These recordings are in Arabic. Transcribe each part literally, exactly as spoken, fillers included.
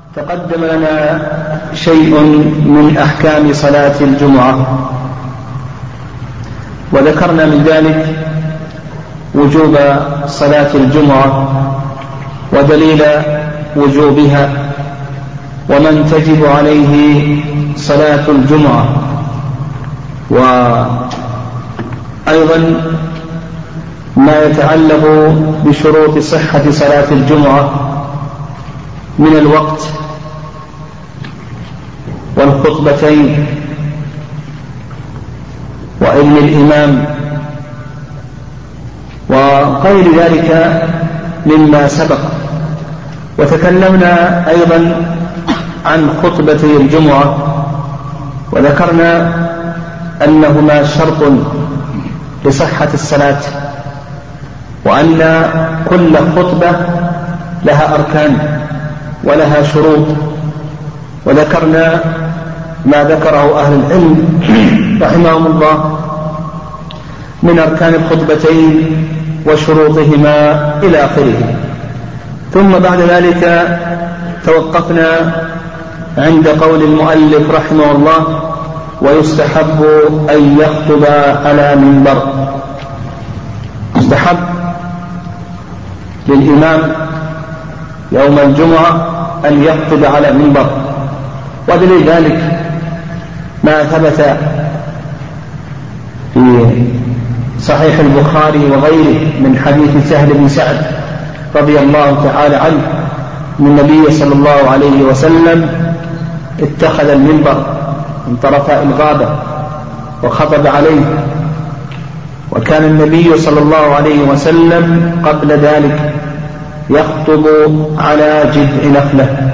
تقدم لنا شيء من أحكام صلاة الجمعة، وذكرنا من ذلك وجوب صلاة الجمعة ودليل وجوبها ومن تجب عليه صلاة الجمعة، وأيضا ما يتعلق بشروط صحة صلاة الجمعة من الوقت والخطبتين وإذن الإمام وغير ذلك مما سبق. وتكلمنا أيضا عن خطبتي الجمعة وذكرنا أنهما شرط لصحة الصلاة، وأن كل خطبة لها أركان ولها شروط، وذكرنا ما ذكره أهل العلم رحمهم الله من أركان الخطبتين وشروطهما إلى آخره. ثم بعد ذلك توقفنا عند قول المؤلف رحمه الله: ويستحب أن يخطب على منبر. يستحب للإمام يوم الجمعة أن يخطب على منبر، ودليل ذلك ما ثبت في صحيح البخاري وغيره من حديث سهل بن سعد رضي الله تعالى عنه أن النبي صلى الله عليه وسلم اتخذ المنبر من طرفاء الغابة وخطب عليه، وكان النبي صلى الله عليه وسلم قبل ذلك يخطب على جذع نخلة.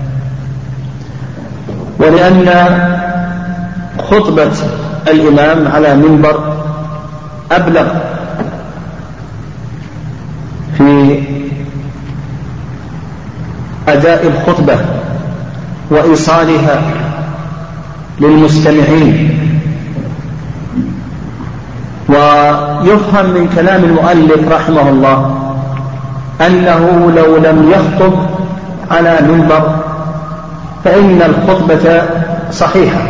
ولأن خطبة الإمام على منبر أبلغ في أداء الخطبة وإيصالها للمستمعين، ويفهم من كلام المؤلف رحمه الله أنه لو لم يخطب على منبر فإن الخطبة صحيحة،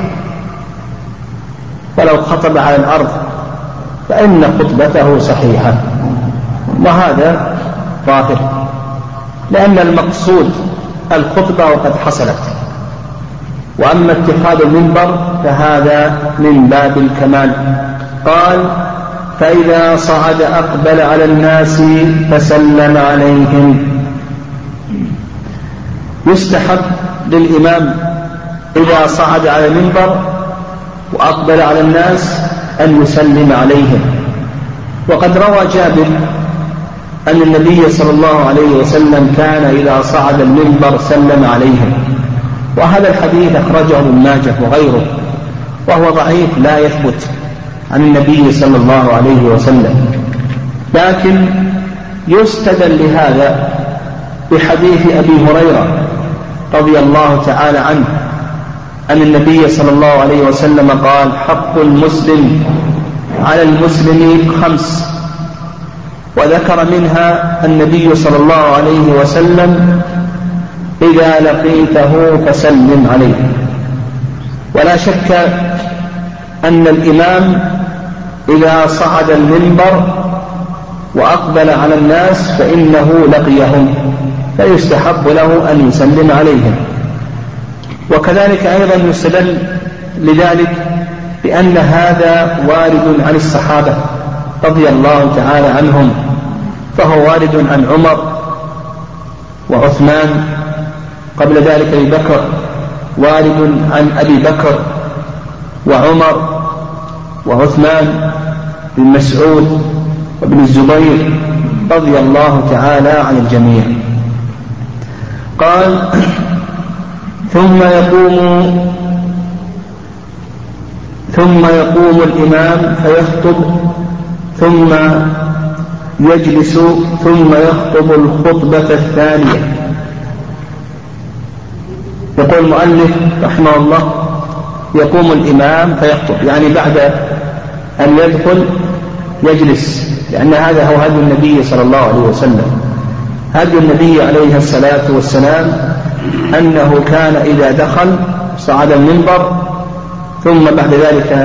ولو خطب على الأرض فإن خطبته صحيحة، وهذا ظاهر، لأن المقصود الخطبة وقد حصلت، وأما اتخاذ المنبر فهذا من باب الكمال. قال: فإذا صعد أقبل على الناس فسلم عليهم. يستحب للإمام إذا صعد على المنبر وأقبل على الناس أن يسلم عليهم، وقد روى جابر أن النبي صلى الله عليه وسلم كان إذا صعد المنبر سلم عليهم، وهذا الحديث أخرجه ابن ماجه وغيره، وهو ضعيف لا يثبت عن النبي صلى الله عليه وسلم، لكن يستدل لهذا بحديث أبي هريرة رضي الله تعالى عنه أن النبي صلى الله عليه وسلم قال: حق المسلم على المسلم خمس، وذكر منها النبي صلى الله عليه وسلم: إذا لقيته فسلم عليه. ولا شك أن الإمام إذا صعد المنبر وأقبل على الناس فإنه لقيهم، فيستحب له أن يسلم عليهم. وكذلك أيضا يستدل لذلك بأن هذا وارد عن الصحابة رضي الله تعالى عنهم، فهو وارد عن عمر وعثمان، قبل ذلك أبي بكر، وارد عن أبي بكر وعمر وعثمان بن مسعود وابن الزبير رضي الله تعالى عن الجميع. قال: ثم يقوم ثم يقوم الإمام فيخطب ثم يجلس ثم يخطب الخطبة الثانية. يقول المؤلف رحمه الله: يقوم الإمام فيخطب، يعني بعد أن يدخل يجلس، لأن هذا هو هدي النبي صلى الله عليه وسلم. هدي النبي عليه الصلاة والسلام أنه كان إذا دخل صعد المنبر ثم بعد ذلك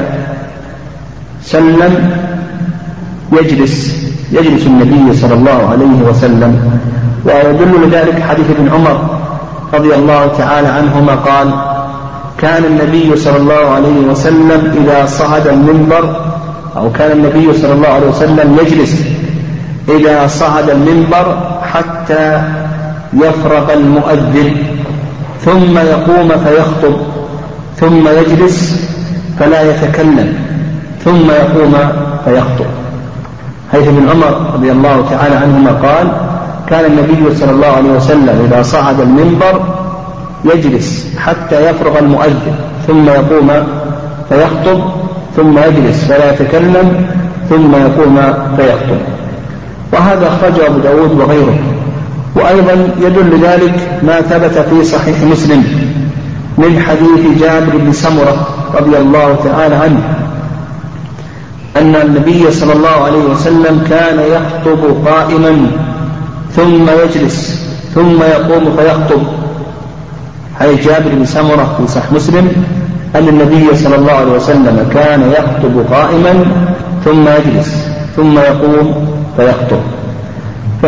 سلم يجلس يجلس النبي صلى الله عليه وسلم. ويدل لذلك حديث ابن عمر رضي الله تعالى عنهما قال: كان النبي صلى الله عليه وسلم إذا صعد المنبر أو كان النبي صلى الله عليه وسلم يجلس إذا صعد المنبر حتى يفرغ المؤذن ثم يقوم فيخطب ثم يجلس فلا يتكلم ثم يقوم فيخطب. حيث ابن عمر رضي الله تعالى عنهما قال: كان النبي صلى الله عليه وسلم إذا صعد المنبر يجلس حتى يفرغ المؤذن ثم يقوم فيخطب ثم يجلس فلا يتكلم ثم يقوم فيخطب. وهذا أخرجه أبو داود وغيره. وأيضا يدل ذلك ما ثبت في صحيح مسلم من حديث جابر بن سمرة رضي الله تعالى عنه أن النبي صلى الله عليه وسلم كان يخطب قائما ثم يجلس ثم يقوم فيخطب. حديث جابر بن سمرة في صحيح مسلم أن النبي صلى الله عليه وسلم كان يخطب قائما ثم يجلس ثم يقوم فيخطب. ف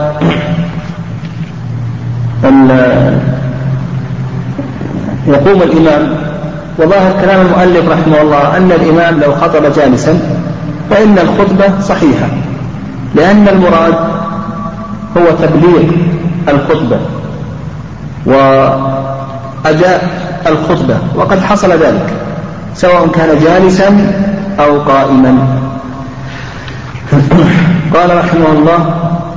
يقوم الإمام. وظاهر كلام المؤلف رحمه الله أن الإمام لو خطب جالسا فإن الخطبة صحيحة، لأن المراد هو تبليغ الخطبة وأداء الخطبة، وقد حصل ذلك سواء كان جالسا أو قائما. قال رحمه الله: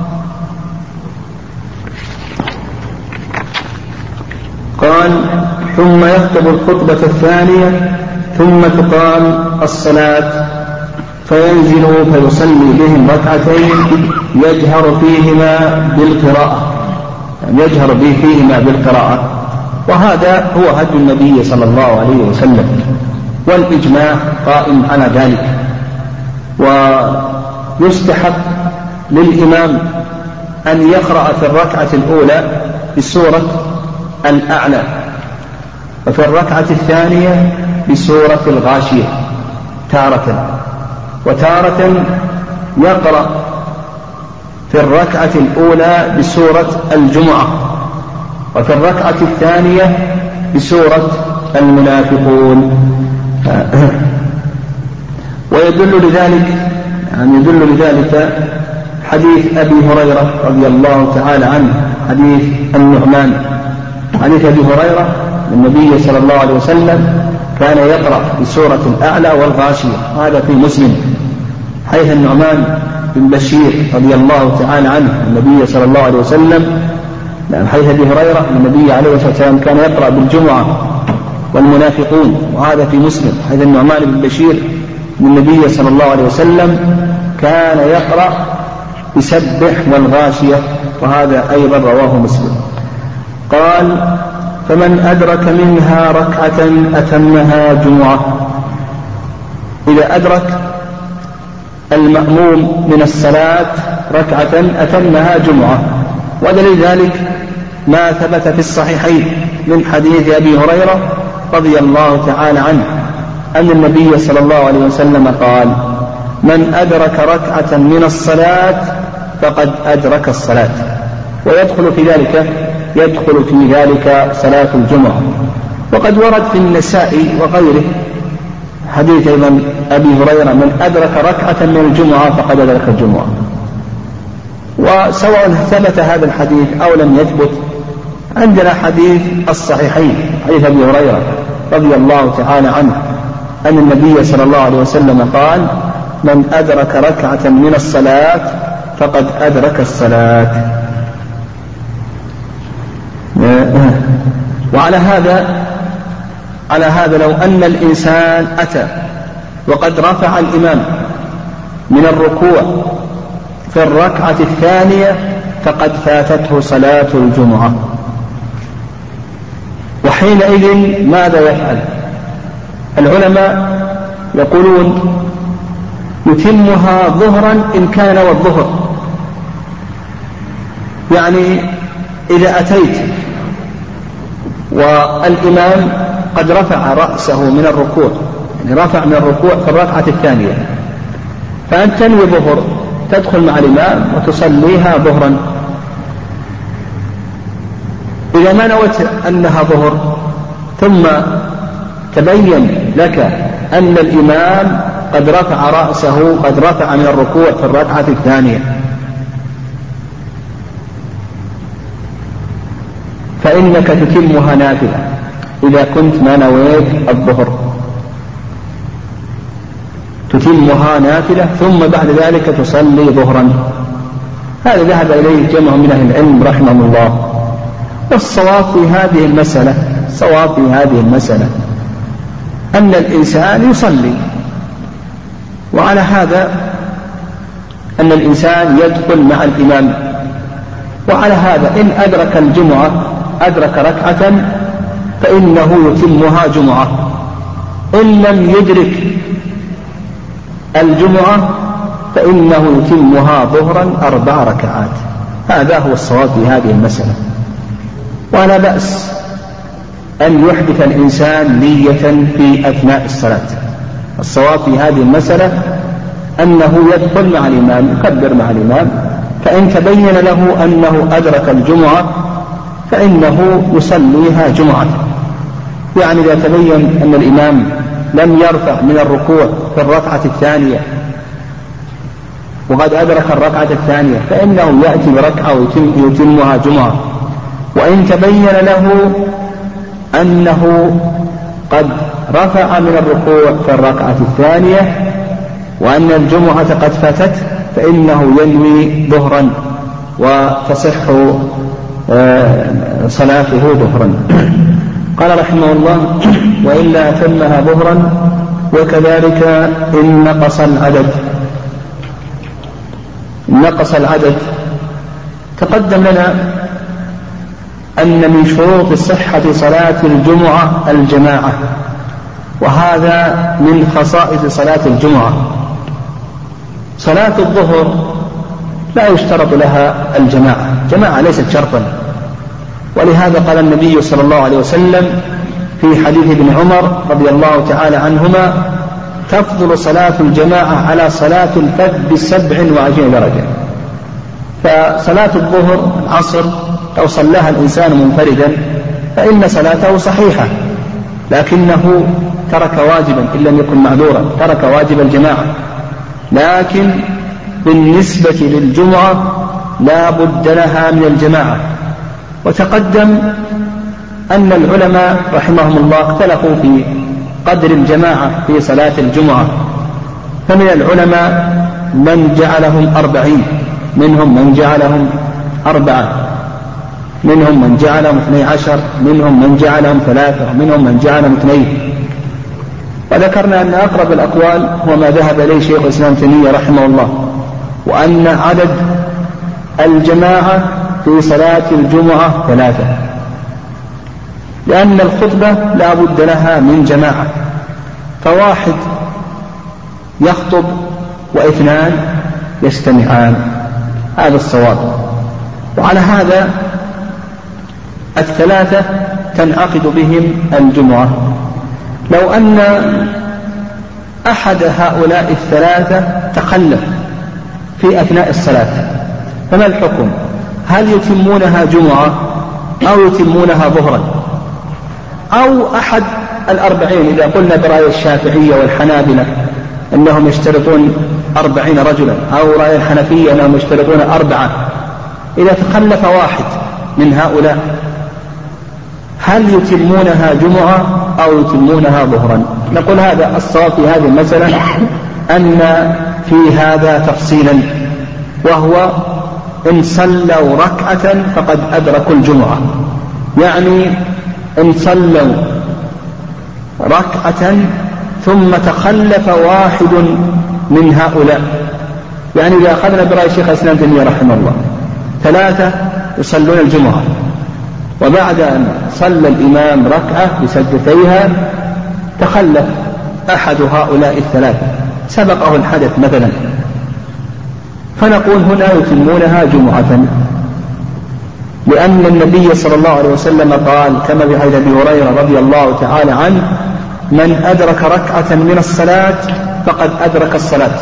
قال: ثم يخطب الخطبة الثانية ثم تقام الصلاة فينزل فيصلي بهم ركعتين يجهر فيهما بالقراءة، يعني يجهر به فيهما بالقراءة. وهذا هو هدي النبي صلى الله عليه وسلم، والإجماع قائم على ذلك. ويستحب للإمام أن يقرأ في الركعة الأولى بسورة الأعلى، وفي الركعة الثانية بسورة الغاشية تارة، وتارة يقرأ في الركعة الأولى بسورة الجمعة، وفي الركعة الثانية بسورة المنافقون. ويدل لذلك يعني يدل لذلك حديث أبي هريرة رضي الله تعالى عنه، حديث النعمان، حديث أبي هريرة النبي صلى الله عليه وسلم كان يقرأ بسورة الأعلى والغاشية، هذا في مسلم. حيث النعمان بن بشير رضي الله تعالى عنه النبي صلى الله عليه وسلم، حيث أبي هريرة النبي عليه الصلاة والسلام كان يقرأ بالجمعة والمنافقون، وهذا في مسلم. حيث النعمان بن بشير النبي صلى الله عليه وسلم كان يقرأ بسبح والغاشية، وهذا أيضا رواه مسلم. قال: فمن أدرك منها ركعة أتمها جمعة. إذا أدرك المأموم من الصلاة ركعة أتمها جمعة. ودليل ذلك ما ثبت في الصحيحين من حديث أبي هريرة رضي الله تعالى عنه أن النبي صلى الله عليه وسلم قال: من أدرك ركعة من الصلاة فقد أدرك الصلاة. ويدخل في ذلك يدخل في ذلك صلاة الجمعة. وقد ورد في النساء وغيره حديث أيضا أبي هريرة: من أدرك ركعة من الجمعة فقد أدرك الجمعة. وسواء ثبت هذا الحديث أو لم يثبت، عندنا حديث الصحيحين حديث أبي هريرة رضي الله تعالى عنه أن النبي صلى الله عليه وسلم قال: من أدرك ركعة من الصلاة فقد أدرك الصلاة. وعلى هذا على هذا لو أن الإنسان أتى وقد رفع الإمام من الركوع في الركعة الثانية فقد فاتته صلاة الجمعة. وحينئذ ماذا يفعل؟ العلماء يقولون يتمها ظهرا إن كان والظهر، يعني إذا أتيت والإمام قد رفع رأسه من الركوع، يعني رفع من الركوع في الركعة الثانية، فأنت تنوي ظهر تدخل مع الإمام وتصليها ظهرا. إذا ما نويت أنها ظهر ثم تبين لك أن الإمام قد رفع رأسه قد رفع من الركوع في الركعة الثانية، فإنك تتمها نافلة إذا كنت ما نويت الظهر، تتمها نافلة ثم بعد ذلك تصلي ظهرا. هذا ذهب إليه جمع من أهل العلم رحمهم الله. والصواب في هذه المسألة الصواب في هذه المسألة أن الإنسان يصلي، وعلى هذا أن الإنسان يدخل مع الإمام، وعلى هذا إن أدرك الجمعة أدرك ركعة فإنه يتمها جمعة، إن لم يدرك الجمعة فإنه يتمها ظهرا أربع ركعات. هذا هو الصواب في هذه المسألة. ولا بأس أن يحدث الإنسان نية في أثناء الصلاة. الصواب في هذه المسألة أنه يدخل مع الإمام يكبر مع الإمام، فإن تبين له أنه أدرك الجمعة فإنه يصليها جمعة. يعني إذا تبين أن الإمام لم يرفع من الركوع في الركعة الثانية وقد أدرك الركعة الثانية فإنه يأتي بركعة ويتمها جمعة. وإن تبين له أنه قد رفع من الركوع في الركعة الثانية وأن الجمعة قد فاتت فإنه ينوي ظهرا وتصح صلاته ظهرا. قال رحمه الله: وإلا أتمها ظهرا، وكذلك إن نقص العدد. نقص العدد تقدم لنا أن من شروط صحة صلاة الجمعة الجماعة، وهذا من خصائص صلاة الجمعة. صلاة الظهر لا يشترط لها الجماعة، جماعة ليست شرطا، ولهذا قال النبي صلى الله عليه وسلم في حديث ابن عمر رضي الله تعالى عنهما: تفضل صلاة الجماعة على صلاة الفذ بسبع وعشرين درجة. فصلاة الظهر العصر لو صلاها الإنسان منفردا فإن صلاته صحيحة، لكنه ترك واجبا إن لم يكن معذورا، ترك واجب الجماعة. لكن بالنسبة للجمعة لا بد لها من الجماعة. وتقدم أن العلماء رحمهم الله اختلفوا في قدر الجماعة في صلاة الجمعة، فمن العلماء من جعلهم أربعين، منهم من جعلهم أربعة، منهم من جعلهم اثني عشر، منهم من جعلهم ثلاثة، ومنهم من جعلهم اثنين. وذكرنا أن أقرب الأقوال هو ما ذهب إليه شيخ الإسلام تيمية رحمه الله، وأن عدد الجماعة في صلاة الجمعة ثلاثة، لأن الخطبة لا بد لها من جماعة، فواحد يخطب واثنان يستمعان، هذا الصواب. وعلى هذا الثلاثة تنعقد بهم الجمعة. لو أن أحد هؤلاء الثلاثة تخلف في أثناء الصلاة فما الحكم؟ هل يتمونها جمعة أو يتمونها ظهرا؟ أو أحد الأربعين، إذا قلنا برأي الشافعية والحنابلة أنهم يشترطون أربعين رجلا، أو رأي الحنفية أنهم يشترطون أربعة، إذا تخلف واحد من هؤلاء هل يتمونها جمعة أو يتمونها ظهرا؟ نقول هذا الصواب في هذه المسألة أن في هذا تفصيلا، وهو إن صلوا ركعة فقد أدركوا الجمعة. يعني إن صلوا ركعة ثم تخلف واحد من هؤلاء، يعني إذا أخذنا برأي شيخ الإسلام تيمية رحمه الله ثلاثة يصلون الجمعة، وبعد أن صلى الإمام ركعة بسجدتيها تخلف أحد هؤلاء الثلاثة، سبقه الحدث مثلا، فنقول هنا يتمونها جمعة. لأن النبي صلى الله عليه وسلم قال كما في حديث أبي هريرة رضي الله تعالى عنه: من أدرك ركعة من الصلاة فقد أدرك الصلاة،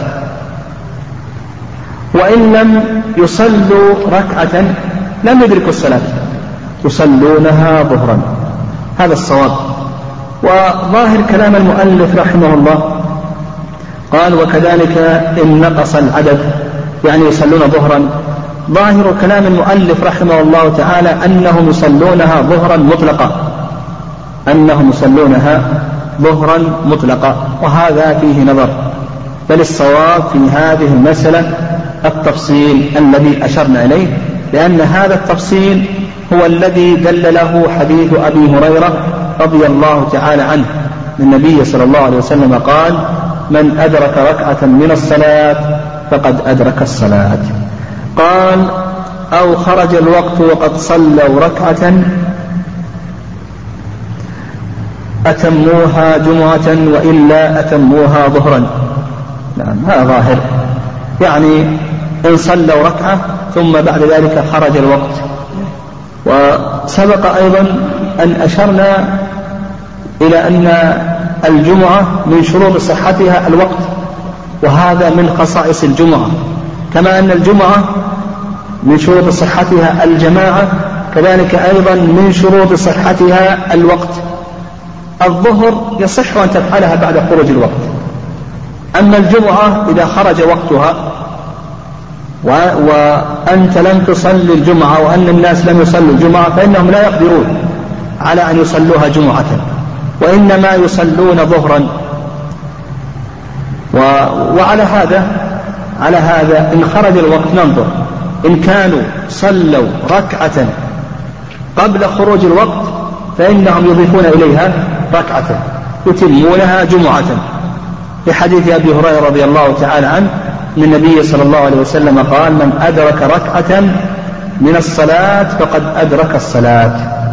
وإن لم يصلوا ركعة لم يدركوا الصلاة، يصلونها ظهرا. هذا الصواب. وظاهر كلام المؤلف رحمه الله قال: وكذلك إن نقص العدد، يعني يصلون ظهرا. ظاهر كلام المؤلف رحمه الله تعالى أنهم يصلونها ظهرا مطلقا، أنهم يصلونها ظهرا مطلقا، وهذا فيه نظر. بل الصواب في هذه المسألة التفصيل الذي أشرنا إليه، لأن هذا التفصيل هو الذي دل له حديث أبي هريرة رضي الله تعالى عنه. النبي صلى الله عليه وسلم قال: من أدرك ركعة من الصلاة فقد أدرك الصلاة. قال: أو خرج الوقت وقد صلوا ركعة أتموها جمعة وإلا أتموها ظهرا. نعم، هذا ظاهر، يعني إن صلوا ركعة ثم بعد ذلك خرج الوقت. وسبق أيضا أن أشرنا إلى أن الجمعة من شروط صحتها الوقت، وهذا من خصائص الجمعة، كما أن الجمعة من شروط صحتها الجماعة، كذلك أيضا من شروط صحتها الوقت. الظهر يصح أن تفعلها بعد خروج الوقت، أما الجمعة إذا خرج وقتها وأنت لم تصلي الجمعة وأن الناس لم يصلوا الجمعة فإنهم لا يقدرون على أن يصلوها جمعة، وإنما يصلون ظهرا. وعلى هذا على هذا إن خرج الوقت ننظر، إن كانوا صلوا ركعة قبل خروج الوقت فإنهم يضيفون إليها ركعة يتمونها جمعة، لحديث أبي هريرة رضي الله تعالى عنه أن النبي صلى الله عليه وسلم قال: من أدرك ركعة من الصلاة فقد أدرك الصلاة.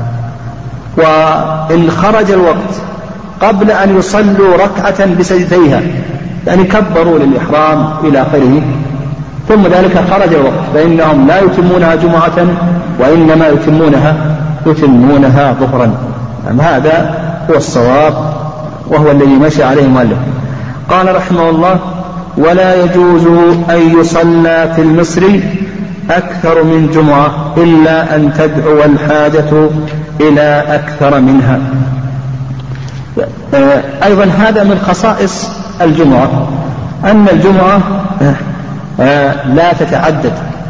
وإن خرج الوقت قبل أن يصلوا ركعة بسجدتيها، يعني كبروا للإحرام إلى آخره، ثم ذلك خرج الوقت، فإنهم لا يتمونها جمعة وإنما يتمونها يتمونها ظهرا. يعني هذا هو الصواب وهو الذي مشى عليه المؤلف. قال رحمه الله: ولا يجوز أن يصلى في المصر أكثر من جمعة إلا أن تدعو الحاجة إلى أكثر منها. أيضا هذا من خصائص الجمعة، أن الجمعة لا تتعدد،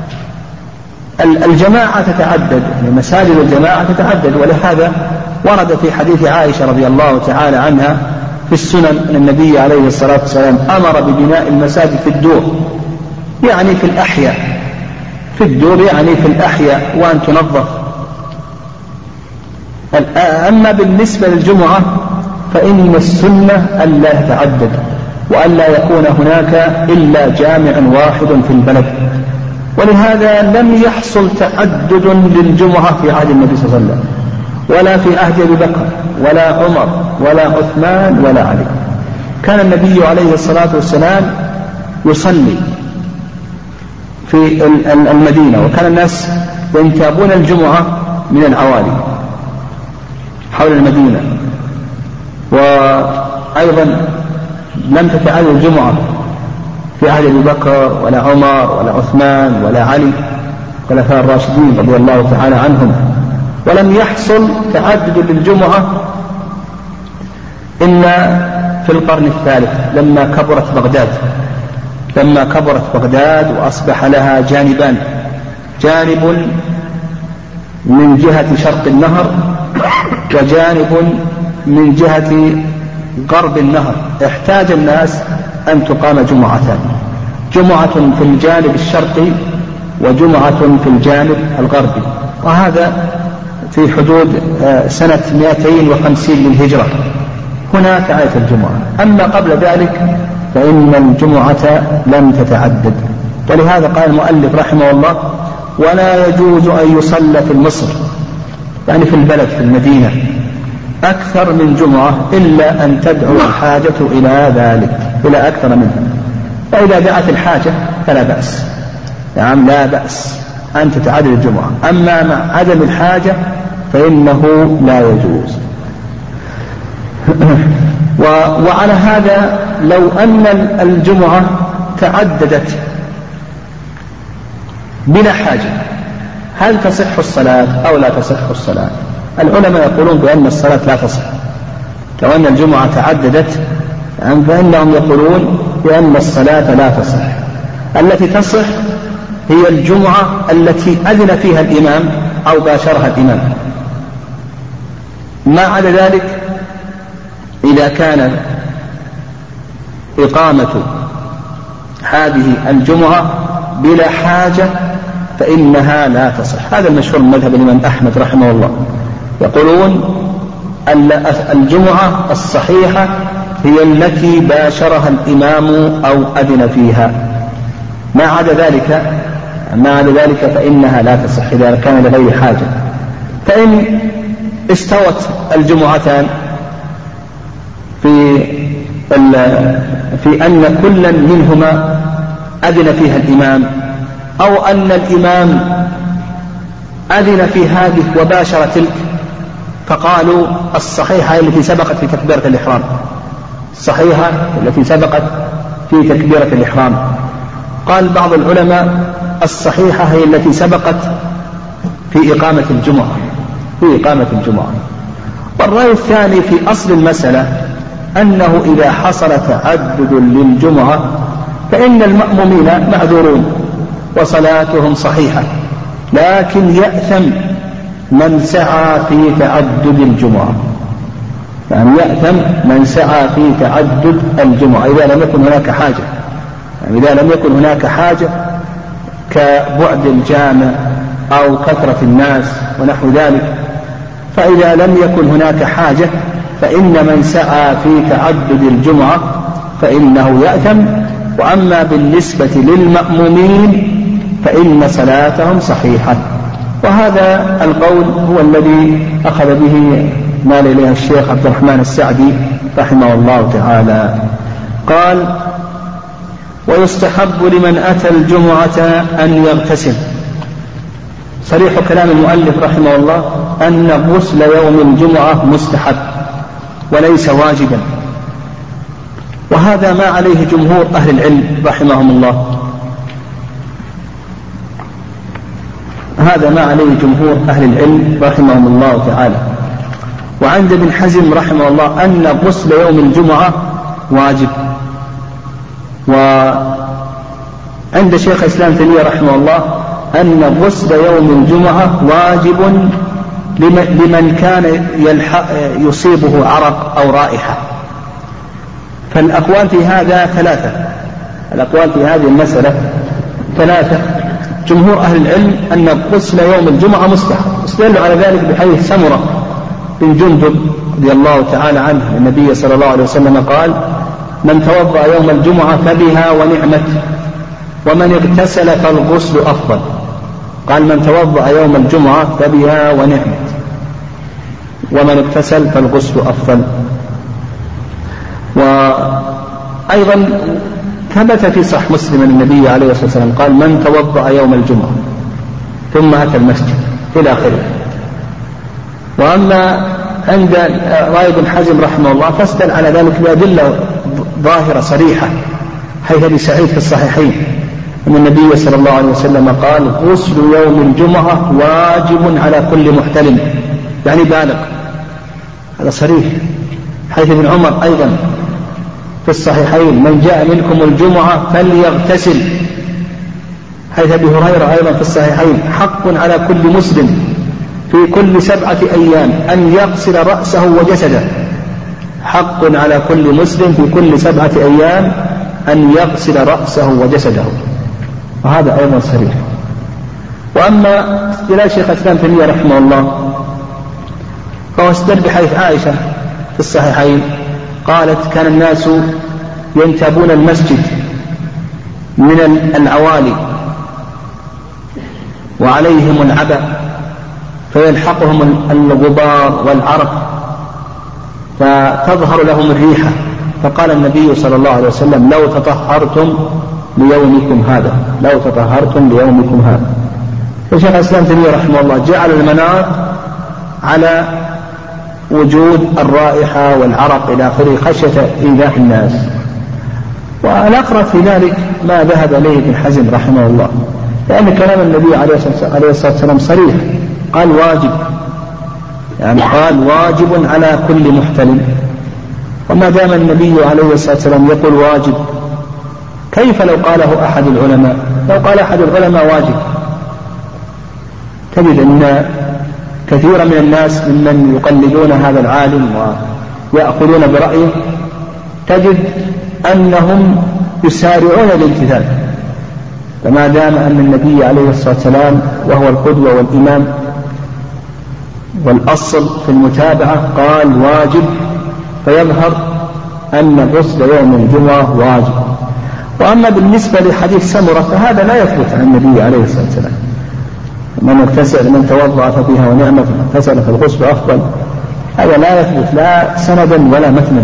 الجماعة تتعدد، مساجد الجماعة تتعدد، ولهذا ورد في حديث عائشة رضي الله تعالى عنها في السنن أن النبي عليه الصلاة والسلام أمر ببناء المساجد في الدور، يعني في الأحياء، في الدور يعني في الأحياء، وأن تنظف. أما بالنسبة للجمعة فإن السنة ألا تتعدد، وألا يكون هناك إلا جامع واحد في البلد، ولهذا لم يحصل تعدد للجمعة في عهد النبي صلى الله عليه وسلم، ولا في عهد أبي بكر ولا عمر ولا عثمان ولا علي. كان النبي عليه الصلاة والسلام يصلي في المدينة، وكان الناس ينتابون الجمعة من العوالي حول المدينة. وأيضا لم تتعدد الجمعة في عهد أبي بكر ولا عمر ولا عثمان ولا علي خلفاء الراشدين رضي الله تعالى عنهم، ولم يحصل تعدد للجمعة إلا في القرن الثالث لما كبرت بغداد، لما كبرت بغداد وأصبح لها جانبان، جانب من جهة شرق النهر وجانب من جهة غرب النهر، احتاج الناس أن تقام جمعتان، جمعة في الجانب الشرقي وجمعة في الجانب الغربي، وهذا في حدود سنة مئتين وخمسين للهجرة. هناك آية الجمعة، أما قبل ذلك فإن الجمعة لم تتعدد. ولهذا قال المؤلف رحمه الله: ولا يجوز أن يصلى في مصر، يعني في البلد في المدينة، أكثر من جمعة إلا أن تدعو الحاجة إلى ذلك، إلى أكثر منها. فإذا دعت الحاجة فلا بأس، نعم لا بأس، أن تتعدد الجمعة، أما مع عدم الحاجة فإنه لا يجوز. وعلى هذا لو أن الجمعة تعددت بلا حاجة هل تصح الصلاة أو لا تصح الصلاة؟ العلماء يقولون بأن الصلاة لا تصح. لو أن الجمعة تعددت فإنهم يقولون بأن الصلاة لا تصح. التي تصح هي الجمعة التي أذن فيها الإمام أو باشرها الإمام. ما عدا ذلك إذا كان إقامة هذه الجمعة بلا حاجة فإنها لا تصح. هذا المشهور من مذهب الإمام أحمد رحمه الله، يقولون الجمعة الصحيحة هي التي باشرها الإمام أو أذن فيها، ما عدا ذلك ما عدا ذلك فإنها لا تصح إذا كان لغير حاجة. فإن استوت الجمعتان في في أن كلا منهما أذن فيها الإمام أو أن الإمام أذن في هذه وباشر تلك، فقالوا الصحيحة التي سبقت في تكبيرة الإحرام، الصحيحة التي سبقت في تكبيرة الإحرام. قال بعض العلماء الصحيحة هي التي سبقت في إقامة الجمعة في إقامة الجمعة. والرأي الثاني في أصل المسألة أنه إذا حصل تعدد للجمعة فإن المأمومين معذورون وصلاتهم صحيحة، لكن يأثم من سعى في تعدد الجمعة، يعني يأثم من سعى في تعدد الجمعة إذا لم يكن هناك حاجة، يعني إذا لم يكن هناك حاجة كبعد الجامع أو كثرة الناس ونحو ذلك. فإذا لم يكن هناك حاجة فإن من سعى في تعدد الجمعة فإنه يأثم. وأما بالنسبة للمأمومين فإن صلاتهم صحيحة. وهذا القول هو الذي أخذ به مال إليه الشيخ عبد الرحمن السعدي رحمه الله تعالى. قال: ويستحب لمن أتى الجمعة أن يغتسل. صريح كلام المؤلف رحمه الله أن غسل يوم الجمعة مستحب وليس واجبا، وهذا ما عليه جمهور أهل العلم رحمهم الله، هذا ما عليه جمهور أهل العلم رحمهم الله تعالى. وعند ابن حزم رحمه الله أن غسل يوم الجمعة واجب. وعند شيخ الإسلام ابن تيمية رحمه الله أن غسل يوم الجمعة واجب لمن كان يصيبه عرق أو رائحة. فالأقوال في هذا ثلاثة الأقوال في هذه المسألة ثلاثة. جمهور أهل العلم أن غسل يوم الجمعة مستحب، استدلوا على ذلك بحديث سمرة بن جندب رضي الله تعالى عنه النبي صلى الله عليه وسلم قال: من توضأ يوم الجمعة فبها ونعمت، ومن اغتسل فالغسل أفضل. قال: من توضأ يوم الجمعة فبها ونعمت، ومن اغتسل فالغسل أفضل. وأيضا ثبت في صحيح مسلم النبي عليه الصلاة والسلام قال: من توضأ يوم الجمعة ثم أتى المسجد إلى آخره. وأما عند رأي ابن حزم رحمه الله فاستدل على ذلك بأدلة ظاهرة صريحة، حيث أبي سعيد في الصحيحين أن النبي صلى الله عليه وسلم قال: غسل يوم الجمعة واجب على كل محتلم، يعني بالغ. هذا صريح. حيث ابن عمر أيضا في الصحيحين: من جاء منكم الجمعة فليغتسل. حيث أبي هريرة أيضا في الصحيحين: حق على كل مسلم في كل سبعة أيام أن يغسل رأسه وجسده. حق على كل مسلم في كل سبعة أيام أن يغسل رأسه وجسده، وهذا أيضا صريح. وأما استدلال شيخ الإسلام ابن تيمية رحمه الله فهو استدل بحديث عائشة في الصحيحين قالت: كان الناس ينتابون المسجد من العوالي وعليهم العبأ فيلحقهم الغبار والعرق فتظهر لهم الريحة، فقال النبي صلى الله عليه وسلم: لو تطهرتم ليومكم هذا لو تطهرتم ليومكم هذا وشيخ الإسلام تيمية رحمه الله جعل المناط على وجود الرائحة والعرق إلى آخره خشية إيذاء الناس. والأقرب في ذلك ما ذهب إليه ابن حزم رحمه الله، لأن كلام النبي عليه الصلاة والسلام صريح، قال واجب، يعني قال واجب على كل محتلم. وما دام النبي عليه الصلاة والسلام يقول واجب، كيف لو قاله أحد العلماء؟ لو قال أحد العلماء واجب تجد أن كثيرا من الناس ممن يقلدون هذا العالم ويأخذون برأيه تجد أنهم يسارعون الامتثال. فما دام أن النبي عليه الصلاة والسلام وهو القدوة والإمام والأصل في المتابعة قال واجب، فيظهر أن غسل يوم الجمعة واجب. وأما بالنسبة لحديث سمرة فهذا لا يثبت عن النبي عليه الصلاة والسلام، من اغتسل من توضأ فبها ونعمة، من اغتسل فالغسل أفضل، هذا لا يثبت لا سندا ولا متنا،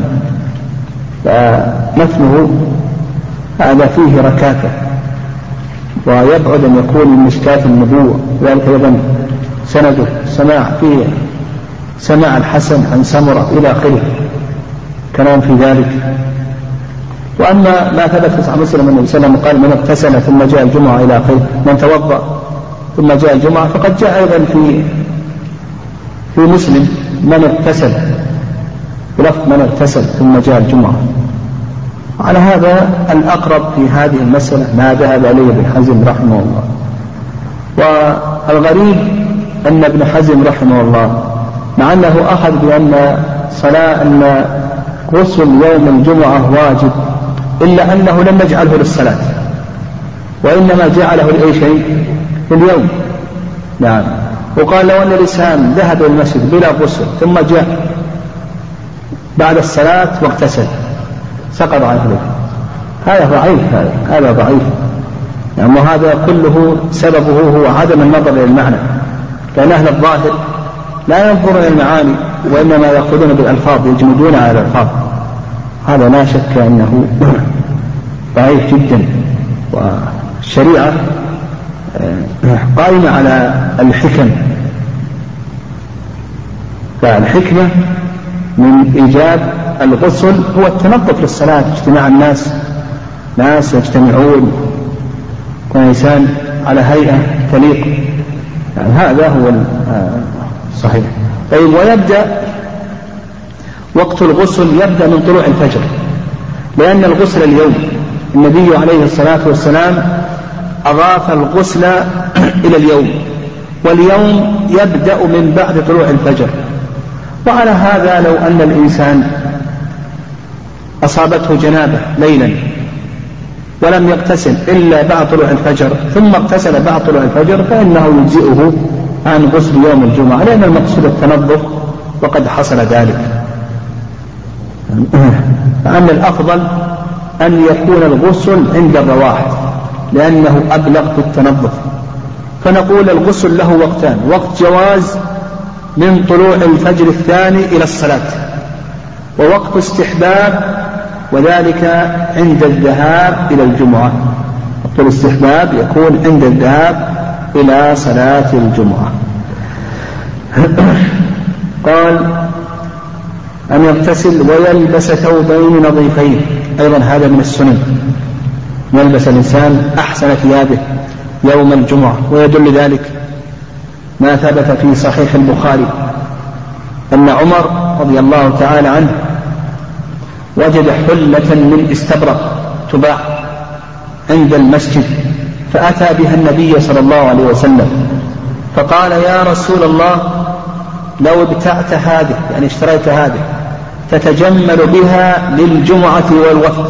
فمتنه هذا فيه ركاكة ويبعد أن يكون من مشكاة النبوة. ذلك أيضا سنده سماع فيه سماع الحسن عن سمرة إلى آخره كلام في ذلك. وأما ما ثبت عن مسلم أن النبي صلى الله عليه وسلم قال من اغتسل ثم جاء الجمعة إلى آخره، من توضأ ثم جاء الجمعة، فقد جاء أيضا في في مسلم من اغتسل بلفظ من اغتسل ثم جاء الجمعة. على هذا الأقرب في هذه المسألة ما ذهب إليه ابن حزم رحمه الله. والغريب أن ابن حزم رحمه الله مع أنه أخذ بأن صلاة أن غسل يوم الجمعة واجب، إلا أنه لم يجعله للصلاة، وإنما جعله لأي شيء في اليوم. نعم. وقال لو أن الإنسان ذهب إلى المسجد بلا غسل ثم جاء بعد الصلاة واغتسل سقط عنه، هذا ضعيف، هذا هذا ضعيف. يعني وهذا كله سببه هو عدم النظر إلى المعنى، لأن أهل الظاهر لا ينظرون إلى المعاني وإنما يأخذون بالألفاظ، يجمدون على الألفاظ، هذا لا شك أنه ضعيف جدا. والشريعة قائمة على الحكم، فالحكمة من إيجاب الغسل هو التنظف للصلاة، اجتماع الناس ناس يجتمعون كإنسان على هيئة تليق، يعني هذا هو الصحيح. طيب، ويبدأ وقت الغسل يبدأ من طلوع الفجر، لأن الغسل اليوم النبي عليه الصلاة والسلام أضاف الغسل إلى اليوم، واليوم يبدأ من بعد طلوع الفجر. وعلى هذا لو أن الإنسان أصابته جنابة ليلا ولم يغتسل إلا بعد طلوع الفجر ثم اغتسل بعد طلوع الفجر فإنه يجزئه عن غسل يوم الجمعة، لأن المقصود التنظف وقد حصل ذلك. فأن الأفضل أن يكون الغسل عند الرواح لأنه أبلغ في التنظف. فنقول الغسل له وقتان: وقت جواز من طلوع الفجر الثاني إلى الصلاة، ووقت استحباب وذلك عند الذهاب إلى الجمعة. وقت الاستحباب يكون عند الذهاب إلى صلاة الجمعة. قال أن يغتسل ويلبس ثوبين نظيفين، أيضا هذا من السنن، يلبس الإنسان أحسن ثيابه يوم الجمعة. ويدل ذلك ما ثبت في صحيح البخاري أن عمر رضي الله تعالى عنه وجد حلة من استبرق تباع عند المسجد، فأتى بها النبي صلى الله عليه وسلم فقال: يا رسول الله، لو ابتعت هذه، يعني اشتريت هذه، تتجمل بها للجمعة والوفد.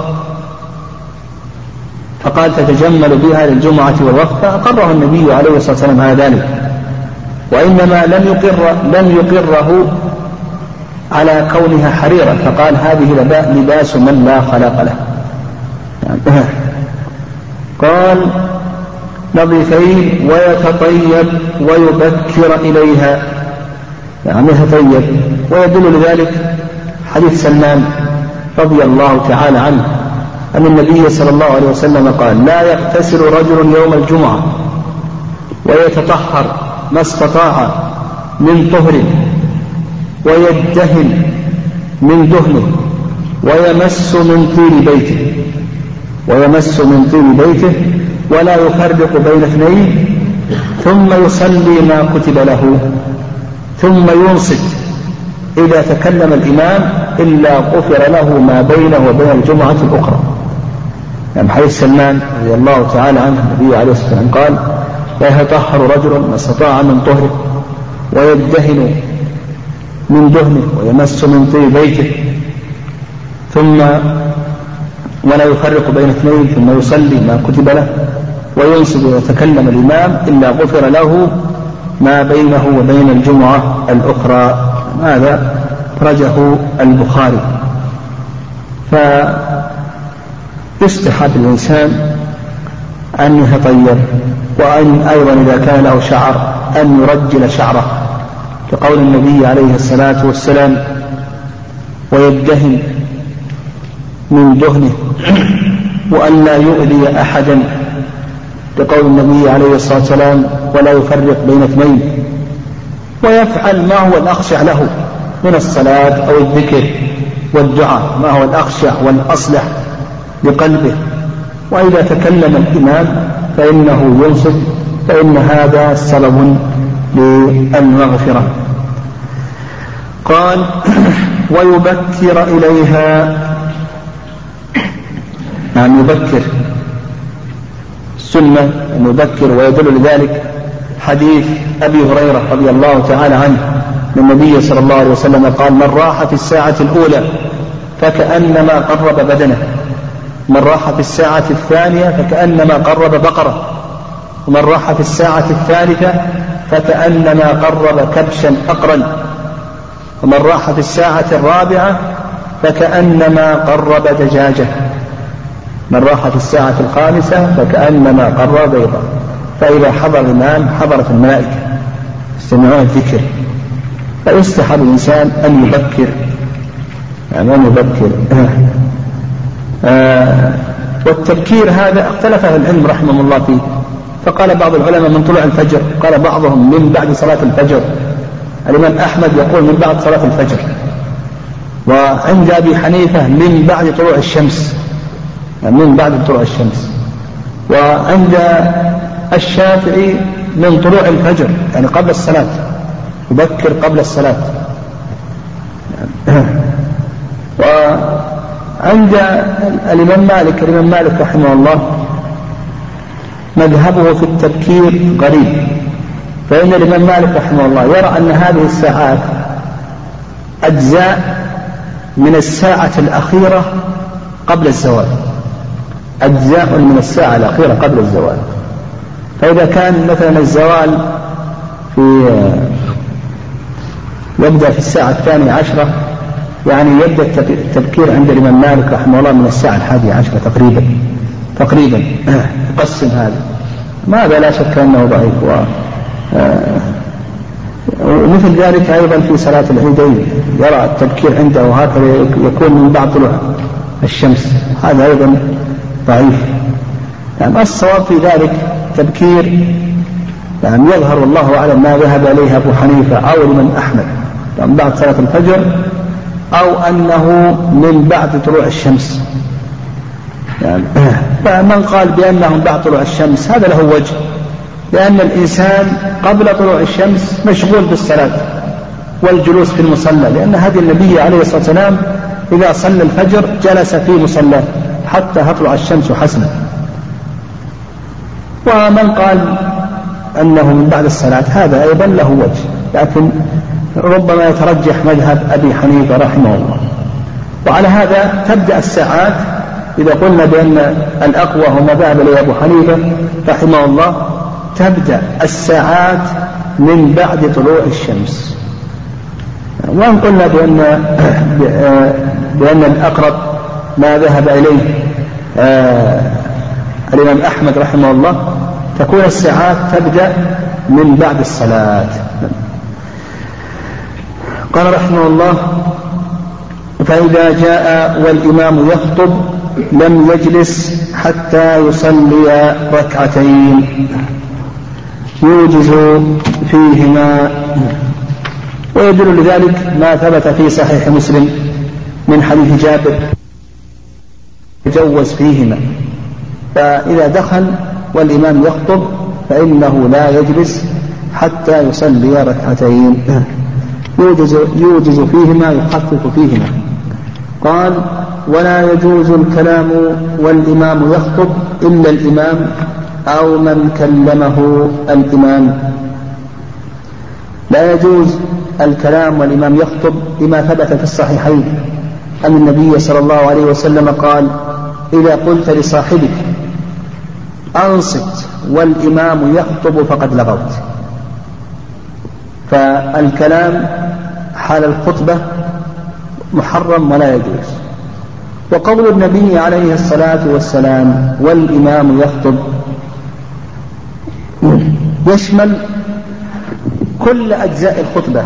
فقال: تتجمل بها للجمعة والوفد، فأقره النبي عليه الصلاة والسلام على ذلك، وإنما لم يقر لم يقره على كونها حريرا، فقال: هذه لباس من لا خلاق له. يعني قال: نظيفين ويتطيب ويبكر إليها، يعني يتطيب. ويدل لذلك حديث سلمان رضي الله تعالى عنه أن النبي صلى الله عليه وسلم قال: لا يغتسل رجل يوم الجمعة ويتطهر ما استطاع من طهر، ويدهن من دهنه، ويمس من طيب بيته ويمس من طيب بيته ولا يفرق بين اثنين، ثم يصلي ما كتب له، ثم ينصت إذا تكلم الإمام إلا غفر له ما بينه وبين الجمعة الأخرى. يعني حديث سلمان رضي الله تعالى عنه النبي عليه الصلاة والسلام قال: ويتطهر رجل ما استطاع من طهره، ويدهن من دهنه، ويمس من طيب بيته، ثم ولا يفرق بين اثنين، ثم يصلي ما كتب له، وينصب ويتكلم الإمام إلا غفر له ما بينه وبين الجمعة الأخرى. هذا رجه البخاري. فيستحب الإنسان أن يتطيب، وأن أيضا إذا كان له شعر أن يرجل شعره، لقول النبي عليه الصلاة والسلام: ويدهن من دهنه، وأن لا يؤذي أحدا، لقول النبي عليه الصلاة والسلام: ولا يفرق بين اثنين. ويفعل ما هو الأخشع له من الصلاة أو الذكر والدعاء، ما هو الأخشع والأصلح لقلبه. وإذا تكلم الإمام فإنه ينصت، فإن هذا سبب للمغفرة. قال: ويبكر إليها، يعني يبكر السنة أن يبكر، ويدل لذلك حديث أبي هريرة رضي الله تعالى عنه من النبي صلى الله عليه وسلم قال: من راح في الساعة الأولى فكأنما قرب بدنه، من راح في الساعة الثانية فكأنما قرب بقرة، ومن راح في الساعة الثالثة فكأنما قرب كبشا أقرا، ومن راح في الساعة الرابعة فكأنما قرب دجاجة، من راح في الساعة الخامسة فكأنما قرب بيضا. فإذا حضر الإمام حضرت الملائكة يستمعون الذكر. فيستحب الإنسان أن يبكر، يعني أن يبكر. آه والتبكير هذا اختلف أهل العلم رحمهم الله فيه، فقال بعض العلماء من طلوع الفجر، قال بعضهم من بعد صلاة الفجر. الإمام أحمد يقول من بعد صلاة الفجر، وعند أبي حنيفة من بعد طلوع الشمس، يعني من بعد طلوع الشمس. وعند الشافعي من طلوع الفجر، يعني قبل الصلاة، يبكر قبل الصلاة. وعند الإمام مالك الإمام مالك رحمه الله مذهبه في التبكير غريب، فإن الإمام مالك رحمه الله يرى أن هذه الساعات أجزاء من الساعة الأخيرة قبل الزوال، أجزاء من الساعة الأخيرة قبل الزوال. فإذا كان مثلا الزوال في يبدأ في الساعة الثانية عشرة، يعني يبدأ التبكير عند الإمام مالك رحمه الله من الساعة الحادية عشرة تقريبا تقريبا يقسم هذا. ماذا لا شك أنه ضعيف. و... ومثل ذلك أيضا في صلاة العيدين يرى التبكير عنده وهكذا يكون من بعد طلوع الشمس، هذا أيضا ضعيف. يعني الصواب في ذلك تبكير يعني يظهر والله أعلم ما ذهب إليه أبو حنيفة أو الإمام أحمد من بعد صلاة الفجر، أو أنه من بعد طلوع الشمس. يعني فمن قال بأنه من بعد طلوع الشمس هذا له وجه، لأن الإنسان قبل طلوع الشمس مشغول بالصلاة والجلوس في المصلى، لأن هذه النبي عليه الصلاة والسلام إذا صلى الفجر جلس في مصلاه حتى تطلع الشمس حسنا. ومن قال أنه من بعد الصلاة هذا أيضا له وجه، لكن ربما يترجح مذهب أبي حنيفة رحمه الله. وعلى هذا تبدأ الساعات، إذا قلنا بأن الأقوى هو ما ذهب إليه أبو حنيفة رحمه الله، تبدأ الساعات من بعد طلوع الشمس. وإن قلنا بأن بأن الأقرب ما ذهب إليه آه الإمام أحمد رحمه الله، تكون الساعات تبدأ من بعد الصلاة. قال رحمه الله: فإذا جاء والإمام يخطب لم يجلس حتى يصلي ركعتين. يوجز فيهما. ويدل لذلك ما ثبت في صحيح مسلم من حديث جابر يجوز فيهما، فإذا دخل والإمام يخطب فإنه لا يجلس حتى يصلي ركعتين، يوجز, يوجز فيهما يخفف فيهما. قال: ولا يجوز الكلام والإمام يخطب إلا الإمام أو من كلمه الإمام. لا يجوز الكلام والإمام يخطب لما ثبت في الصحيحين أن النبي صلى الله عليه وسلم قال: إذا قلت لصاحبك أنصت والإمام يخطب فقد لغوت. فالكلام حال الخطبة محرم ولا يجوز. وقول النبي عليه الصلاة والسلام والإمام يخطب يشمل كل أجزاء الخطبة،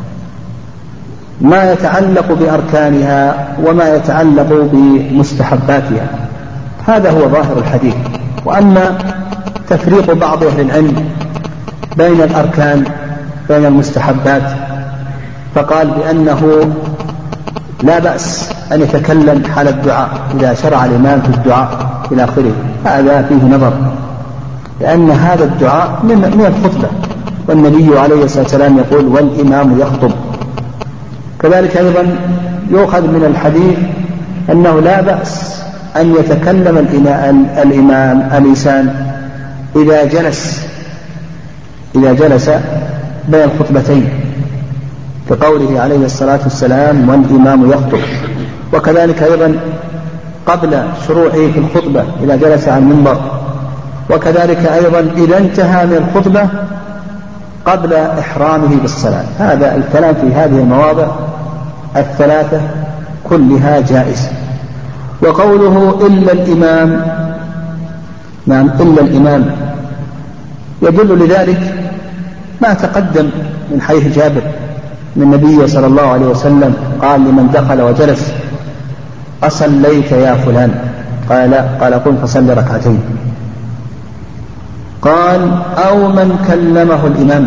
ما يتعلق بأركانها وما يتعلق بمستحباتها، هذا هو ظاهر الحديث. وأما تفريق بعض أهل العلم بين الأركان بين المستحبات فقال بأنه لا بأس أن يتكلم حال الدعاء إذا شرع الإمام في الدعاء إلى آخره، هذا فيه نظر، لأن هذا الدعاء من الخطبة، والنبي عليه الصلاة والسلام يقول: والإمام يخطب. كذلك أيضا يؤخذ من الحديث أنه لا بأس أن يتكلم الإمام الإنسان إذا جلس إذا جلس بين الخطبتين، كقوله عليه الصلاة والسلام: والإمام يخطب. وكذلك أيضا قبل شروعه في الخطبة إذا جلس على المنبر، وكذلك أيضا إذا انتهى من الخطبة قبل إحرامه بالصلاة. هذا الكلام في هذه المواضع الثلاثة كلها جائز. وقوله إلا الإمام، نعم إلا الإمام، يدل لذلك ما تقدم من حديث جابر من النبي صلى الله عليه وسلم قال لمن دخل وجلس: أصليت يا فلان؟ قال لا. قال: قم فصل ركعتين. قال: أو من كلمه الإمام،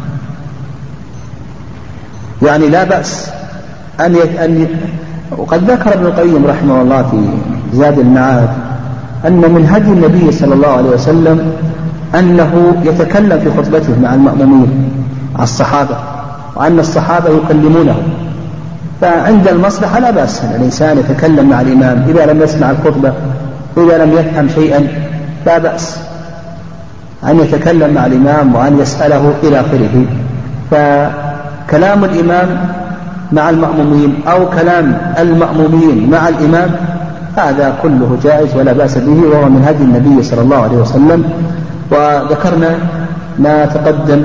يعني لا بأس أن أن وقد ذكر ابن القيم رحمه الله في زاد المعاد أن من هدي النبي صلى الله عليه وسلم أنه يتكلم في خطبته مع المأمومين مع الصحابة، وأن الصحابة يكلمونه، فعند المصلحة لا بأس أن الإنسان يتكلم مع الإمام إذا لم يسمع الخطبة، إذا لم يفهم شيئا لا بأس أن يتكلم مع الإمام وأن يسأله إلى آخره. فكلام الإمام مع المأمومين أو كلام المأمومين مع الإمام هذا كله جائز ولا بأس به، وهو من هدي النبي صلى الله عليه وسلم. وذكرنا ما تقدم.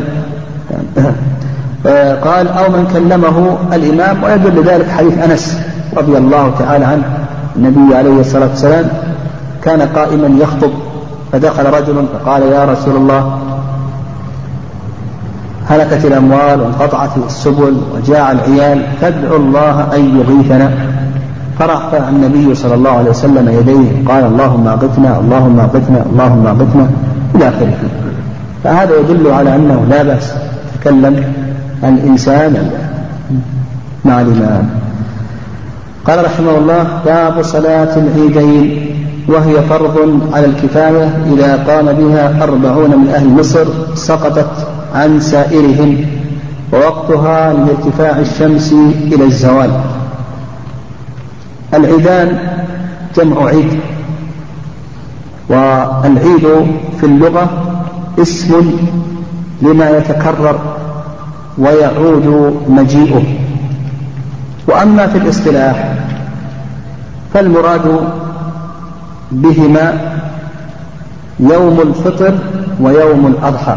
قال: أو من كلمه الإمام. ويدل ذلك حديث أنس رضي الله تعالى عنه، النبي عليه الصلاة والسلام كان قائما يخطب فدخل رجل فقال: يا رسول الله، هلكت الأموال وانقطعت السبل وجاع العيال، فادعوا الله أن يغيثنا. فرفع النبي صلى الله عليه وسلم يديه قال: اللهم أغثنا اللهم أغثنا اللهم أغثنا إلى آخره. فهذا يدل على أنه لا بأس يتكلم الإنسان مع الإمام. قال رحمه الله: باب صلاة العيدين، وهي فرض على الكفاية إذا قام بها أربعون من أهل مصر سقطت عن سائرهم، ووقتها من ارتفاع الشمس إلى الزوال. العيدان جمع عيد، والعيد في اللغة اسم لما يتكرر ويعود مجيئه. وأما في الاصطلاح فالمراد بهما يوم الفطر ويوم الأضحى.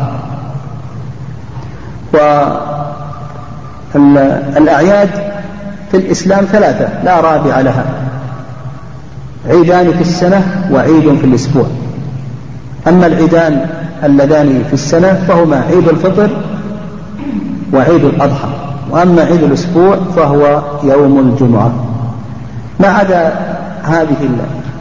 والأعياد في الإسلام ثلاثة لا رابع لها: عيدان في السنة وعيد في الأسبوع. أما العيدان اللذان في السنة فهما عيد الفطر وعيد الأضحى، وأما عيد الأسبوع فهو يوم الجمعة. ما عدا هذه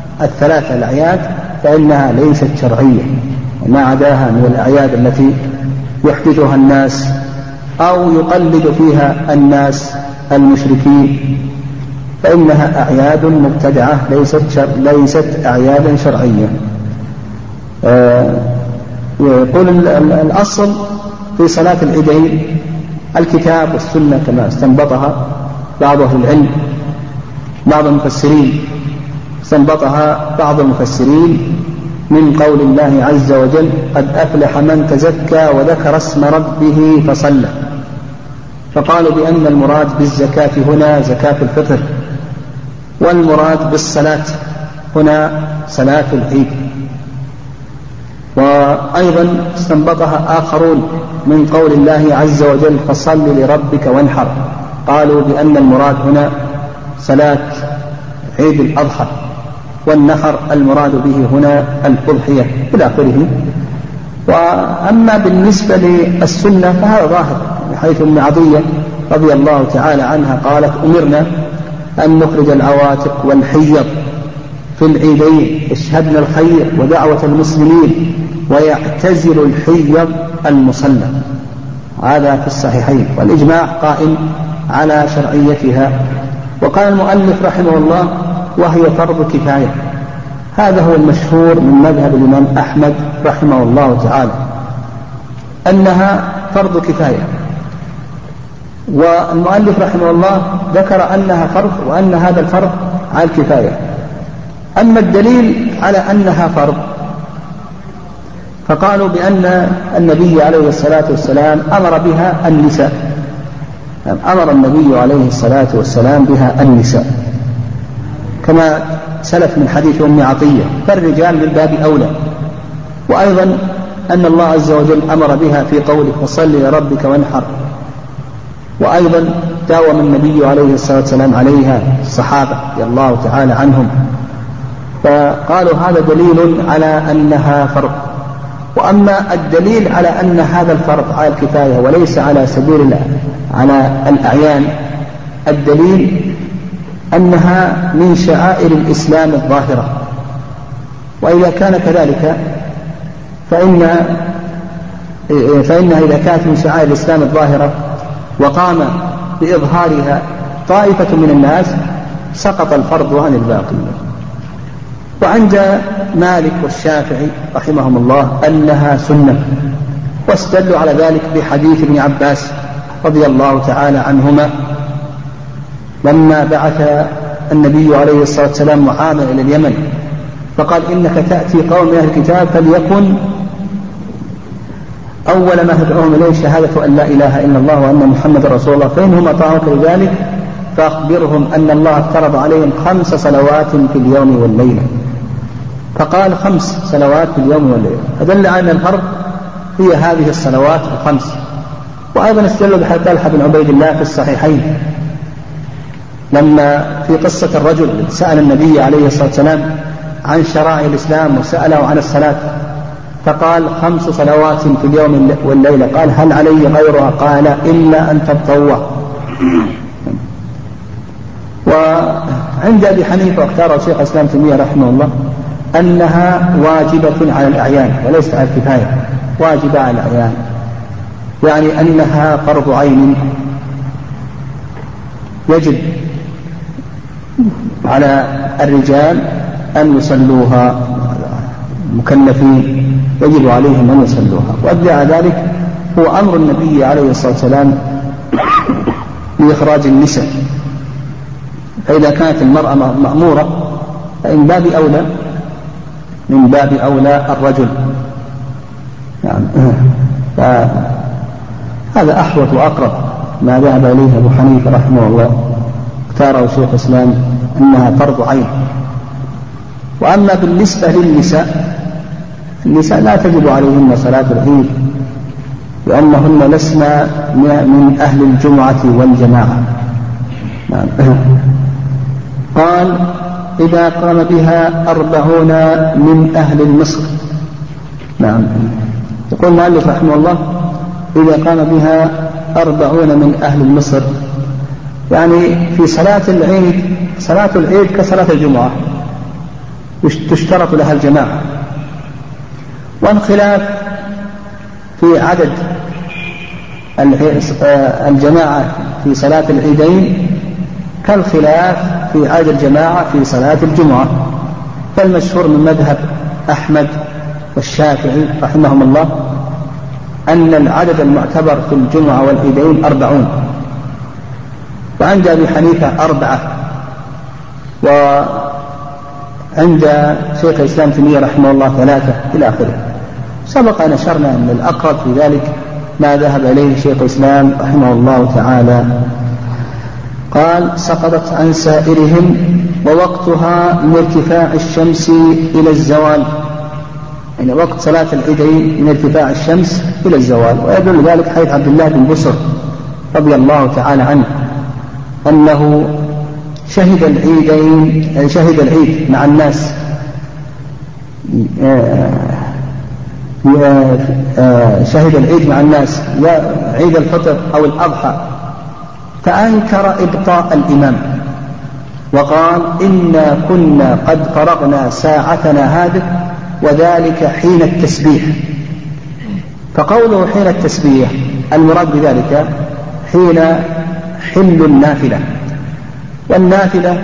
الثلاثة الأعياد فإنها ليست شرعية، وما عداها من الأعياد التي يحدثها الناس أو يقلد فيها الناس المشركين، فإنها أعياد مبتدعة ليست, شر... ليست أعيادا شرعية. آه يقول الأصل في صلاة العيدين الكتاب والسنة كما استنبطها بعض أهل العلم، بعض المفسرين استنبطها بعض المفسرين من قول الله عز وجل: قد أفلح من تزكى وذكر اسم ربه فصلى. فقالوا بأن المراد بالزكاة هنا زكاة الفطر، والمراد بالصلاة هنا صلاة العيد. وأيضا استنبطها آخرون من قول الله عز وجل: فصل لربك وانحر. قالوا بأن المراد هنا صلاة عيد الأضحى، والنحر المراد به هنا الأضحية إلى آخره. وأما بالنسبة للسنة فهذا ظاهر، حيث أم عطية رضي الله تعالى عنها قالت: أمرنا أن نخرج العواتق والحيض في العيدين يشهدن الخير ودعوة المسلمين ويعتزل الحيض المصلى. هذا في الصحيحين، والإجماع قائم على شرعيتها. وقال المؤلف رحمه الله: وهي فرض كفاية. هذا هو المشهور من مذهب الإمام أحمد رحمه الله تعالى، أنها فرض كفاية. والمؤلف رحمه الله ذكر أنها فرض وأن هذا الفرض على الكفاية. أما الدليل على أنها فرض فقالوا بأن النبي عليه الصلاة والسلام أمر بها النساء، أمر النبي عليه الصلاة والسلام بها النساء كما سلف من حديث أم عطية، فالرجال من باب أولى. وأيضا أن الله عز وجل أمر بها في قوله: فصل لربك وانحر. وأيضا داوم النبي عليه الصلاة والسلام عليها الصحابة رضي الله تعالى عنهم، فقالوا هذا دليل على أنها فرض. وأما الدليل على أن هذا الفرض على الكفاية وليس على سبيل على الأعيان، الدليل أنها من شعائر الإسلام الظاهرة. وإذا كان كذلك فإن فإنها إذا كانت من شعائر الإسلام الظاهرة وقام بإظهارها طائفة من الناس سقط الفرض عن الباقي. وعند مالك والشافعي رحمهم الله أنها سنة، واستدلوا على ذلك بحديث ابن عباس رضي الله تعالى عنهما لما بعث النبي عليه الصلاة والسلام معاذ إلى اليمن فقال: إنك تأتي قوم أهل الكتاب فليكن أول ما تدعوهم إليه شهادة أن لا إله إلا الله وأن محمد رسول الله، فإنهم أطاعوك لذلك فأخبرهم أن الله افترض عليهم خمس صلوات في اليوم والليلة. فقال: خمس صلوات في اليوم والليلة، فدل على أن الفرض هي هذه الصلوات الخمس. وأيضا استدلوا بحديث طلحة بن عبيد الله في الصحيحين لما في قصة الرجل سأل النبي عليه الصلاة والسلام عن شرائع الإسلام وسأله عن الصلاة فقال: خمس صلوات في اليوم والليلة. قال: هل علي غيرها؟ قال: إلا أن تتطوع. وعند أبي حنيفة واختاره شيخ الإسلام تيمية رحمه الله أنها واجبة على الأعيان وليست على الكفاية، واجبة على الأعيان، يعني أنها فرض عين يجب على الرجال أن يصلوها، مكلفين يجب عليهم أن يصلوها. وأدعى ذلك هو أمر النبي عليه الصلاة والسلام بإخراج النساء، فإذا كانت المرأة مأمورة فإن باب أولى من باب أولى الرجل. يعني هذا أحوط وأقرب ما ذهب إليه أبو حنيفة رحمه الله، اختاره شيخ الإسلام أنها فرض عين. وأما بالنسبة للنساء، النساء لا تجب عليهن صلاة العيد لأنهن لسن من أهل الجمعة والجماعة. قال: إذا قام بها أربعون من أهل مصر. نعم. يقول المؤلف رحمه الله: إذا قام بها أربعون من أهل مصر، يعني في صلاة العيد، صلاة العيد كصلاة الجمعة تشترط لها الجماعة، والخلاف في عدد الجماعة في صلاة العيدين كالخلاف في عدد الجماعة في صلاة الجمعة. فالمشهور من مذهب أحمد والشافعي رحمهم الله أن العدد المعتبر في الجمعة والعيدين أربعون، وعند أبي حنيفة أربعة، وعند شيخ الإسلام تيمية رحمه الله ثلاثة إلى آخره. سبق أن أشرنا أن الأقرب في ذلك ما ذهب إليه شيخ الإسلام رحمه الله تعالى. قال: سقطت عن سائرهم ووقتها من ارتفاع الشمس إلى الزوال، يعني وقت صلاة العيدين من ارتفاع الشمس إلى الزوال. ويدل ذلك حديث عبد الله بن بسر رضي الله تعالى عنه أنه شهد العيدين يعني شهد العيد مع الناس شهد العيد مع الناس عيد الفطر أو الأضحى، فأنكر إبطاء الإمام وقال: إنا كنا قد فرغنا ساعتنا هذه وذلك حين التسبيح. فقوله حين التسبيح المراد بذلك حين حل النافلة، والنافلة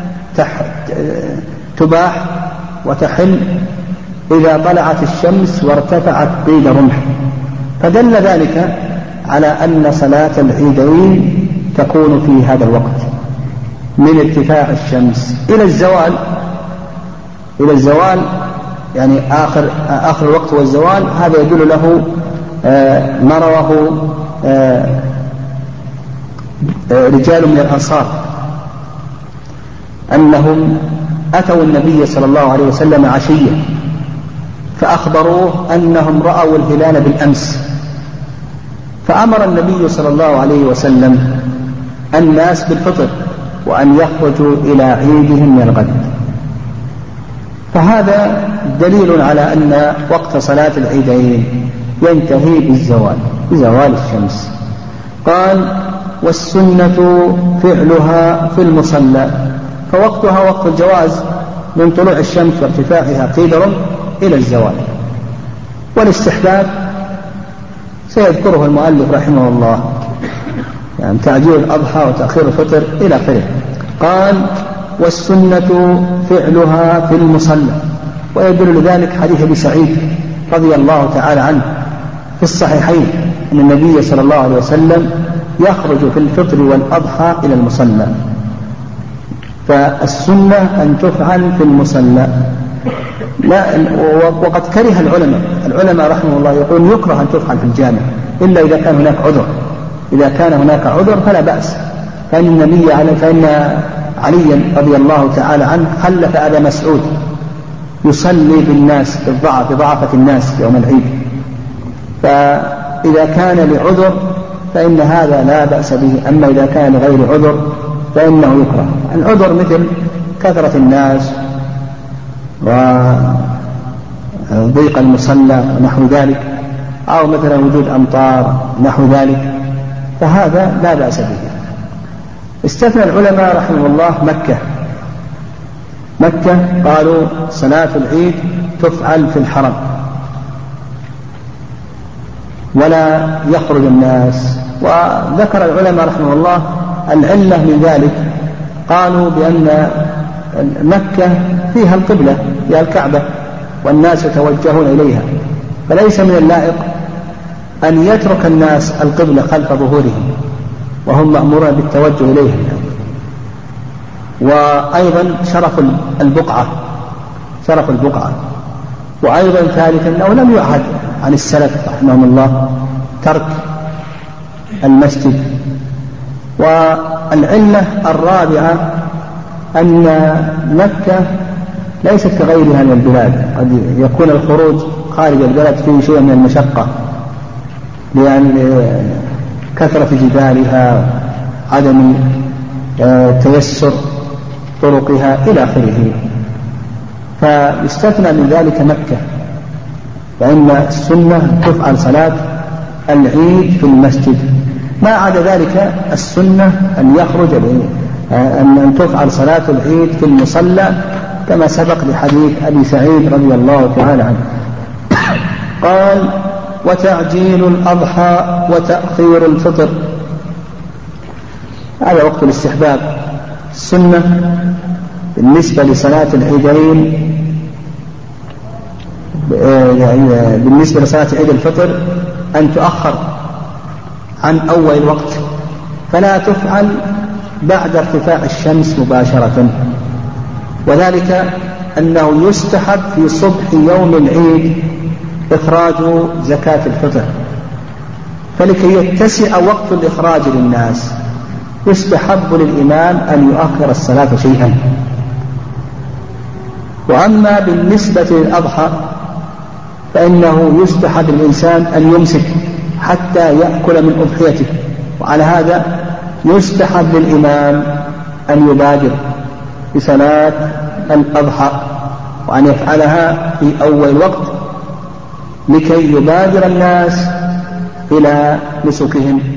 تباح وتحل إذا طلعت الشمس وارتفعت قيد رمح، فدل ذلك على أن صلاة العيدين تكون في هذا الوقت من ارتفاع الشمس إلى الزوال. إلى الزوال يعني آخر, آخر الوقت والزوال، هذا يدل له آه ما رواه آه آه رجال من الأنصار أنهم أتوا النبي صلى الله عليه وسلم عشية فأخبروه أنهم رأوا الهلال بالأمس، فأمر النبي صلى الله عليه وسلم الناس بالفطر وأن يخرجوا إلى عيدهم من الغد. فهذا دليل على أن وقت صلاة العيدين ينتهي بالزوال بزوال الشمس. قال: والسنة فعلها في المصلى، فوقتها وقت الجواز من طلوع الشمس وارتفاعها قيد إلى الزوال. والاستحباب سيذكره المؤلف رحمه الله، يعني تعجيل الأضحى وتأخير الفطر إلى آخره. قال: والسنة فعلها في المصلى، ويدل لذلك حديث أبي سعيد رضي الله تعالى عنه في الصحيحين أن النبي صلى الله عليه وسلم يخرج في الفطر والأضحى إلى المصلى. فالسنة أن تفعل في المصلى. لا، وقد كره العلماء العلماء رحمه الله يقول يكره أن تفعل في الجامع إلا إذا كان هناك عذر. إذا كان هناك عذر فلا بأس، فإن النبي عليه فإن عليا رضي الله تعالى عنه خلف أبا مسعود يصلي بالناس بالضعف بضعفة الناس يوم العيد، فإذا كان لعذر فإن هذا لا بأس به. أما إذا كان لغير عذر فإنه يكره. العذر مثل كثرة الناس وضيق المصلى ونحو ذلك، أو مثلا وجود أمطار نحو ذلك، فهذا لا بأس به. استثنى العلماء رحمه الله مكة. مكة قالوا صلاة العيد تفعل في الحرم ولا يخرج الناس. وذكر العلماء رحمه الله العلة من ذلك، قالوا بأن مكة فيها القبلة هي الكعبة والناس يتوجهون إليها، فليس من اللائق أن يترك الناس القبلة خلف ظهورهم وهم مأمورون بالتوجه إليها. وأيضا شرف البقعة شرف البقعة وأيضا ثالثا أنه لم يعهد عن السلف رحمهم الله ترك المسجد. والعلة الرابعة أن مكة ليست كغيرها من البلاد، قد يكون الخروج خارج البلد فيه شيء من المشقة لأن كثرة جبالها عدم تيسر طرقها إلى آخره، فيستثنى من ذلك مكة، فإن السنة تفعل صلاة العيد في المسجد. ما عدا ذلك السنة أن يخرج أن تفعل صلاة العيد في المصلى كما سبق لحديث أبي سعيد رضي الله تعالى عنه. قال: وتعجيل الأضحى وتأخير الفطر. هذا وقت الاستحباب. السنة بالنسبة لصلاة العيدين يعني بالنسبة لصلاة عيد الفطر أن تؤخر عن أول الوقت، فلا تفعل بعد ارتفاع الشمس مباشرة، وذلك أنه يستحب في صبح يوم العيد إخراج زكاة الفطر، فلكي يتسع وقت الإخراج للناس يستحب للإمام أن يؤخر الصلاة شيئا. وأما بالنسبة للأضحى فإنه يستحب للإنسان أن يمسك حتى يأكل من أضحيته، وعلى هذا يستحب للإمام أن يبادر بصلاة الأضحى وأن يفعلها في أول الوقت لكي يبادر الناس إلى نسكهم.